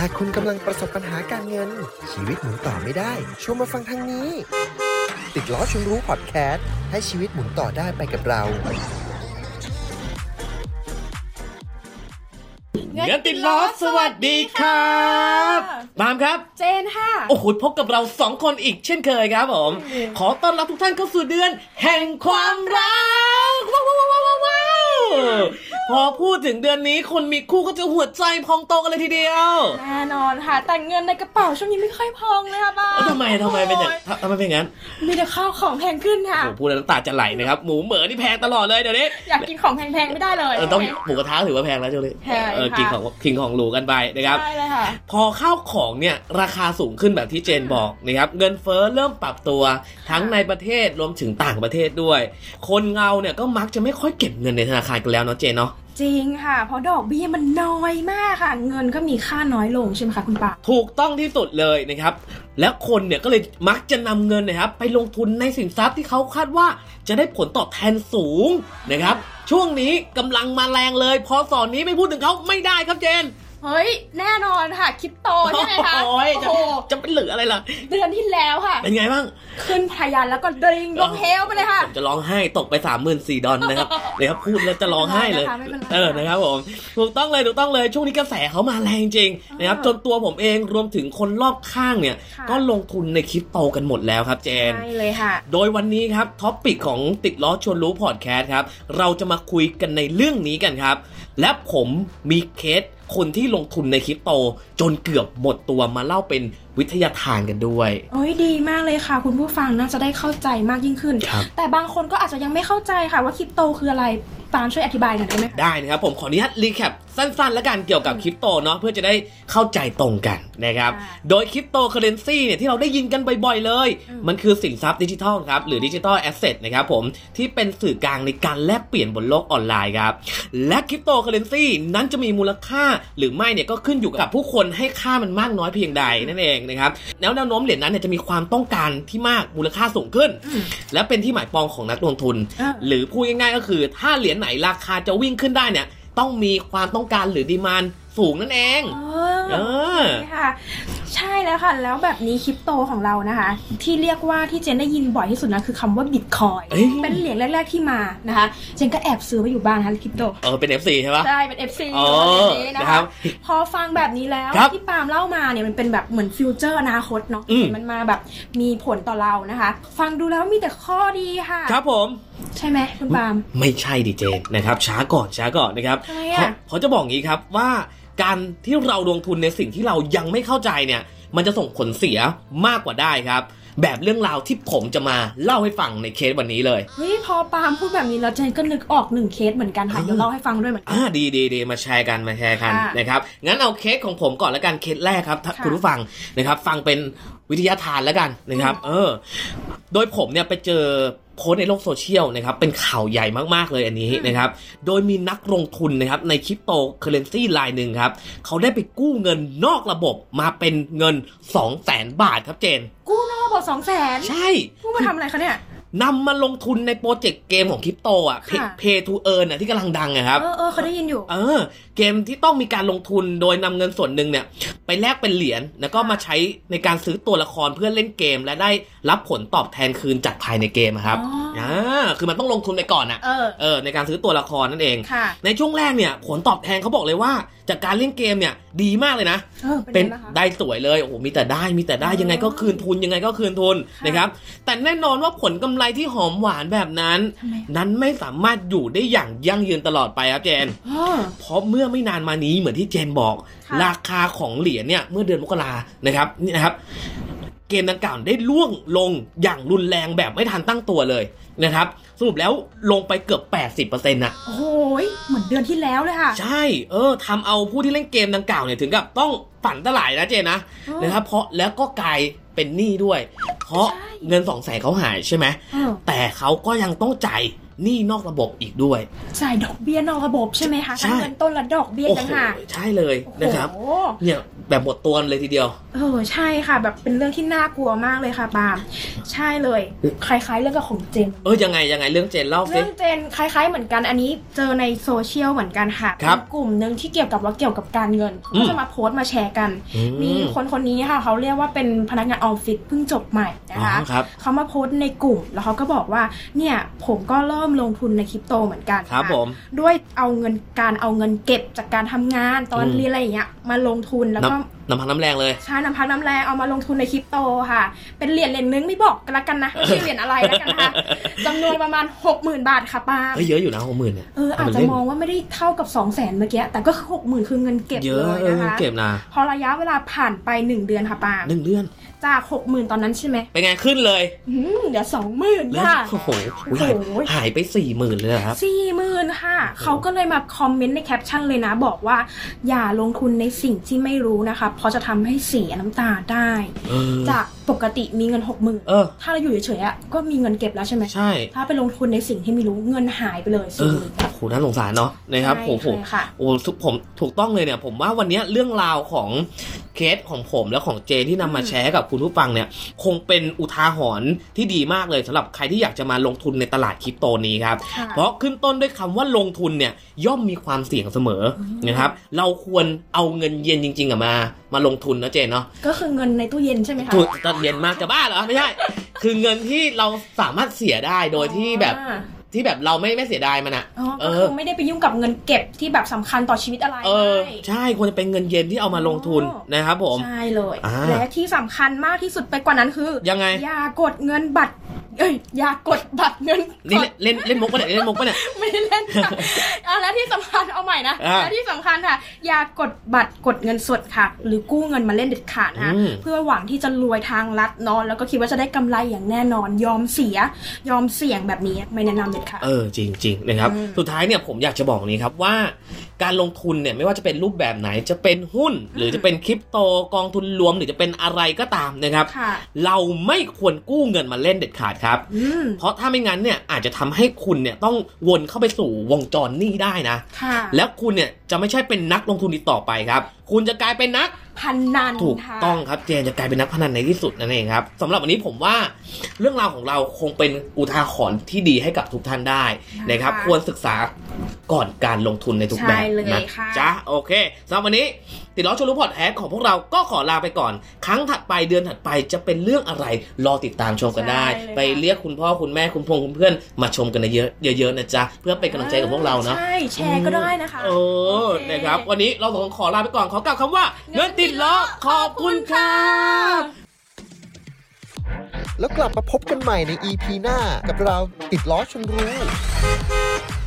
ากคุณกำลังประสบปัญหาการเงินชีวิตหมุนต่อไม่ได้ชวนมาฟังทางนี้ติดล้อชวนรู้พอดแคสต์ให้ชีวิตหมุนต่อได้ไปกับเราเงินติดล้อสวัสดีครับบามครับเจนค่ะโอ้โหพบกับเรา2คนอีกเช่นเคยครับผมขอต้อนรับทุกท่านเข้าสู่เดือนแห่งความรักว้าวพอพูดถึงเดือนนี้คนมีคู่ก็จะหัวใจพองโตกันเลยทีเดียวแน่นอนค่ะแต่เงินในกระเป๋าช่วงนี้ไม่ค่อยพองเลยค่ะบ้าทำไมเป็นอย่างทำไมเป็นงั้นมีแต่ข้าวของแพงขึ้นค่ะโอ้พูดแล้วน้ำตาจะไหลนะครับหมูเหมือนี่แพงตลอดเลยเดี๋ยวนี้อยากกินของแพงๆไม่ได้เลยต้องหมูกระทะถือว่าแพงแล้วเจ้าเลยกินของหรูกันไปนะครับใช่เลยค่ะพอข้าวของเนี่ยราคาสูงขึ้นแบบที่เจนบอกนะครับเงินเฟ้อเริ่มปรับตัวทั้งในประเทศรวมถึงต่างประเทศด้วยคนเราเนี่ยก็มักจะไม่ค่อยเก็บเงินในธนาคารกันแล้วเนาะเจนเนาะจริงค่ะเพราะดอกเบี้ยมันน้อยมากค่ะเงินก็มีค่าน้อยลงใช่ไหมคะคุณป้าถูกต้องที่สุดเลยนะครับแล้วคนเนี่ยก็เลยมักจะนำเงินนะครับไปลงทุนในสินทรัพย์ที่เขาคาดว่าจะได้ผลตอบแทนสูงนะครับช่วงนี้กำลังมาแรงเลยพอสอนนี้ไม่พูดถึงเขาไม่ได้ครับเจนเฮ้ยแน่นอนค่ะคริปโตใช่ไหมคะโอ้ยจะเป็นเหลืออะไรล่ะเดือนที่แล้วค่ะเป็นไงบ้างขึ้นทะยานแล้วก็ดิ่งลงเฮลไปเลยค่ะผมจะร้องไห้ตกไป 34,000 ดอลนะครับเดี๋ยวพูดแล้วจะร้องไห้เลยนะครับผมถูกต้องเลยช่วงนี้กระแสเขามาแรงจริงนะครับจนตัวผมเองรวมถึงคนรอบข้างเนี่ยก็ลงทุนในคริปโตกันหมดแล้วครับเจนใช่เลยค่ะโดยวันนี้ครับท็อปปิกของติดล้อชวนรู้พอดแคสต์ครับเราจะมาคุยกันในเรื่องนี้กันครับและผมมีเคสคนที่ลงทุนในคริปโตจนเกือบหมดตัวมาเล่าเป็นวิทยาทานกันด้วยโอ้ยดีมากเลยค่ะคุณผู้ฟังน่าจะได้เข้าใจมากยิ่งขึ้นแต่บางคนก็อาจจะยังไม่เข้าใจค่ะว่าคริปโตคืออะไรปาล์มช่วยอธิบายหน่อยได้ไหมได้นะครับผมขออนุญาตรีแคปสั้นๆแล้วกันเกี่ยวกับคริปโตเนาะเพื่อจะได้เข้าใจตรงกันนะครับโดยคริปโตเคอเรนซีเนี่ยที่เราได้ยินกันบ่อยๆเลยมันคือสินทรัพย์ดิจิทัลครับหรือดิจิทัลแอสเซทนะครับผมที่เป็นสื่อกลางในการแลกเปลี่ยนบนโลกออนไลน์ครับและคริปโตเคอเรนซีนั้นจะมีมูลค่าหรือไม่เนี่ยก็ขึ้นอยู่กับผู้คนให้ค่ามันมากน้อยเพียงใดนั่นเองนะครับแล้วแนวโน้มเหรียญนั้นเนี่ยจะมีความต้องการที่มากมูลค่าสูงขึ้นและเป็นที่หมายปองของนักลงทุนหรือพูดง่ายๆก็คือถ้าเหรียญไหนราคาจะวิ่งขึ้นได้เนี่ยต้องมีความต้องการหรือดีมานด์สูงนั่นเองค่ะใช่แล้วค่ะแล้วแบบนี้คริปโตของเรานะคะที่เรียกว่าที่เจนได้ยินบ่อยที่สุดนะคือคำว่าบิตคอยน์เป็นเหรียญแรกๆที่มานะคะเจนก็แอบซื้อไว้อยู่บ้านนะคะคริปโตเป็น FC ใช่ปะใช่เป็น FC นะคะพอฟังแบบนี้แล้วที่ปาล์มเล่ามาเนี่ยมันเป็นแบบเหมือนฟิวเจอร์อนาคตเนาะมันมาแบบมีผลต่อเรานะคะฟังดูแล้วมีแต่ข้อดีค่ะครับผมใช่ไหมคุณปาล์มไม่ใช่ดิเจนนะครับช้าก่อนนะครับเพราะจะบอกงี้ครับว่าการที่เราลงทุนในสิ่งที่เรายังไม่เข้าใจเนี่ยมันจะส่งผลเสียมากกว่าได้ครับแบบเรื่องราวที่ผมจะมาเล่าให้ฟังในเคสวันนี้เลยเฮ้ยพอปาล์มพูดแบบนี้แล้วเจนก็นึกออก1เคสเหมือนกันค่ะเดี๋ยวเล่าให้ฟังด้วยเหมือนกันดีมาแชร์กันนะครับงั้นเอาเคสของผมก่อนแล้วกันเคสแรกครับคุณผู้ฟังนะครับฟังเป็นวิทยาทานแล้วกันนะครับโดยผมเนี่ยไปเจอโพสต์ในโลกโซเชียลนะครับเป็นข่าวใหญ่มากๆเลยอันนี้นะครับโดยมีนักลงทุนนะครับในคริปโตเคอเรนซีรายหนึ่งครับเขาได้ไปกู้เงินนอกระบบมาเป็นเงิน 200,000 บาทครับเจนกู้นอกระบบ 200,000 ใช่กู้มาทำอะไรคะเนี่ยนำมาลงทุนในโปรเจกต์เกมของคริปโตอ่ะ Pay to Earn อ่ะที่กำลังดังอะครับเขาได้ยินอยู่เกมที่ต้องมีการลงทุนโดยนำเงินส่วนหนึ่งเนี่ยไปแลกเป็นเหรียญแล้วก็มาใช้ในการซื้อตัวละครเพื่อเล่นเกมและได้รับผลตอบแทนคืนจากภายในเกมครับคือมันต้องลงทุนไปก่อนอ่ะในการซื้อตัวละครนั่นเองในช่วงแรกเนี่ยผลตอบแทนเขาบอกเลยว่าจากการเล่นเกมเนี่ยดีมากเลยนะเป็นได้สวยเลยโอ้โหมีแต่ได้ยังไงก็คืนทุนนะครับแต่แน่นอนว่าผลกำไรที่หอมหวานแบบนั้นไม่สามารถอยู่ได้อย่างยั่งยืนตลอดไปครับเจนเพราะเมื่อไม่นานมานี้เหมือนที่เจนบอกราคาของเหรียญเนี่ยเมื่อเดือนมกรานะครับนี่นะครับเกมดังกล่าวได้ล่วงลงอย่างรุนแรงแบบไม่ทันตั้งตัวเลยนะครับสรุปแล้วลงไปเกือบ 80% นะโอ้ยเหมือนเดือนที่แล้วเลยค่ะใช่ทำเอาผู้ที่เล่นเกมดังกล่าวเนี่ยถึงกับต้องฝันตะหลายนะเจนนะครับเพราะแล้วก็กลายเป็นหนี้ด้วยเพราะเงิน 200,000 เขาหายใช่ไหมแต่เขาก็ยังต้องจ่ายหนี้นอกระบบอีกด้วยจ่ายดอกเบี้ยนอกระบบใช่ไหมคะทั้งเงินต้นและดอกเบี้ยต่างหากใช่เลยนะครับเนี่ยแบบหมดตัวเลยทีเดียวใช่ค่ะแบบเป็นเรื่องที่น่ากลัวมากเลยค่ะปาล์มใช่เลยคล้ายๆเรื่องกับของเจนยังไงเรื่องเจนเล่าสิเรื่องเจนคล้ายๆเหมือนกันอันนี้เจอในโซเชียลเหมือนกันค่ะกลุ่มนึงที่เกี่ยวกับการเงินเขาจะมาโพสต์มาแชร์กันมีคนนี้ค่ะเขาเรียกว่าเป็นพนักงานออฟฟิศเพิ่งจบใหม่นะคะเขามาโพสต์ในกลุ่มแล้วเขาก็บอกว่าเนี่ยผมก็เริ่มลงทุนในคริปโตเหมือนกันครับผมด้วยเอาเงินเก็บจากการทำงานตอนเรียนอะไรอย่างเงี้ยมาลงทุนแล้วก็น้ำพักน้ำแรงเลยใช่น้ำพักน้ำแรงเอามาลงทุนในคริปโตค่ะเป็นเหรียญนึงไม่บอกกันละกันนะชื่อเหรียญอะไรละกันค่ะจำนวนประมาณ 60,000 บาทค่ะป้าเยอะอยู่นะ 60,000 เนี่ยอาจจะมองว่าไม่ได้เท่ากับ 200,000 เมื่อกี้แต่ก็คือ 60,000 คือเงินเก็บเลยนะคะเก็บนะพอระยะเวลาผ่านไป1 เดือนค่ะป้า 1 เดือนจาก 60,000 ตอนนั้นใช่ไหมเป็นไงขึ้นเลยเดี๋ยว 20,000 ค่ะโอ้โหหายไป 40,000 เลยครับ 40,000 ค่ะเขาก็เลยมาคอมเมนต์ในแคปชั่นเลยนะบอกว่าอย่าลงทุนในสิ่งที่ไม่รู้นะคะเพราะจะทำให้เสียน้ำตาได้จากปกติมีเงิน 60,000 ถ้าเราอยู่เฉยๆก็มีเงินเก็บแล้วใช่ไหมใช่ถ้าไปลงทุนในสิ่งที่ไม่รู้เงินหายไปเลยโหน่าสงสารเนาะนะครับผมถูกต้องเลยเนี่ยผมว่าวันนี้เรื่องราวของเคสของผมและของเจนที่นำมาแชร์กับคุณผู้ฟังเนี่ยคงเป็นอุทาหรณ์ที่ดีมากเลยสำหรับใครที่อยากจะมาลงทุนในตลาดคริปโตนี้ครับเพราะขึ้นต้นด้วยคำว่าลงทุนเนี่ยย่อมมีความเสี่ยงเสมอนะครับเราควรเอาเงินเย็นจริงๆมาลงทุนนะเจนเนาะก็คือเงินในตู้เย็นใช่ไหมคะตู้เย็นมากจะบ้าเหรอไม่ใช่คือเงินที่เราสามารถเสียได้โดยที่แบบเราไม่เสียดายมันก็คือไม่ได้ไปยุ่งกับเงินเก็บที่แบบสำคัญต่อชีวิตอะไรใช่ควรจะเป็นเงินเย็นที่เอามาลงทุนนะครับผมใช่เลยและที่สำคัญมากที่สุดไปกว่านั้นคือยังไงอย่ากดเงินบัตรอย่ากดบัตรเงินนี่เล่นมุกปะเนี่ยไม่ได้เล่นและที่สำคัญเอาใหม่นะและที่สำคัญค่ะอย่ากดบัตรกดเงินสดค่ะหรือกู้เงินมาเล่นเด็ดขาดนะเพื่อหวังที่จะรวยทางลัดนอนแล้วก็คิดว่าจะได้กำไรอย่างแน่นอนยอมเสี่ยงแบบนี้ไม่แนะนำเด็ดขาดจริงๆนะครับสุดท้ายเนี่ยผมอยากจะบอกนี้ครับว่าการลงทุนเนี่ยไม่ว่าจะเป็นรูปแบบไหนจะเป็นหุ้นหรือจะเป็นคริปโตกองทุนรวมหรือจะเป็นอะไรก็ตามนะครับเราไม่ควรกู้เงินมาเล่นเด็ดขาดครับเพราะถ้าไม่งั้นเนี่ยอาจจะทำให้คุณเนี่ยต้องวนเข้าไปสู่วงจรหนี้ได้นะแล้วคุณเนี่ยจะไม่ใช่เป็นนักลงทุนอีกต่อไปครับคุณจะกลายเป็นนักพนันถูกต้องครับเจนจะกลายเป็นนักพนันในที่สุดนั่นเองครับสำหรับวันนี้ผมว่าเรื่องราวของเราคงเป็นอุทาหรณ์ที่ดีให้กับทุกท่านได้นะครับควรศึกษาก่อนการลงทุนในทุกแบบนะจ๊ะโอเคสำหรับวันนี้ติดล้อชวนรู้พอดแคสต์ของพวกเราก็ขอลาไปก่อนครั้งถัดไปเดือนถัดไปจะเป็นเรื่องอะไรรอติดตามชมกันได้ไปเรียกคุณพ่อคุณแม่คุณเพื่อนมาชมกันเยอะๆนะจ๊ะเพื่อเป็นกำลังใจกับพวกเราเนาะใช่แชร์ก็ได้นะคะนะครับวันนี้เราขอลาไปก่อนขอกล่าวคำว่าเงินติดล้อขอบคุณครับแล้วกลับมาพบกันใหม่ใน EP หน้ากับเราติดล้อชวนรู้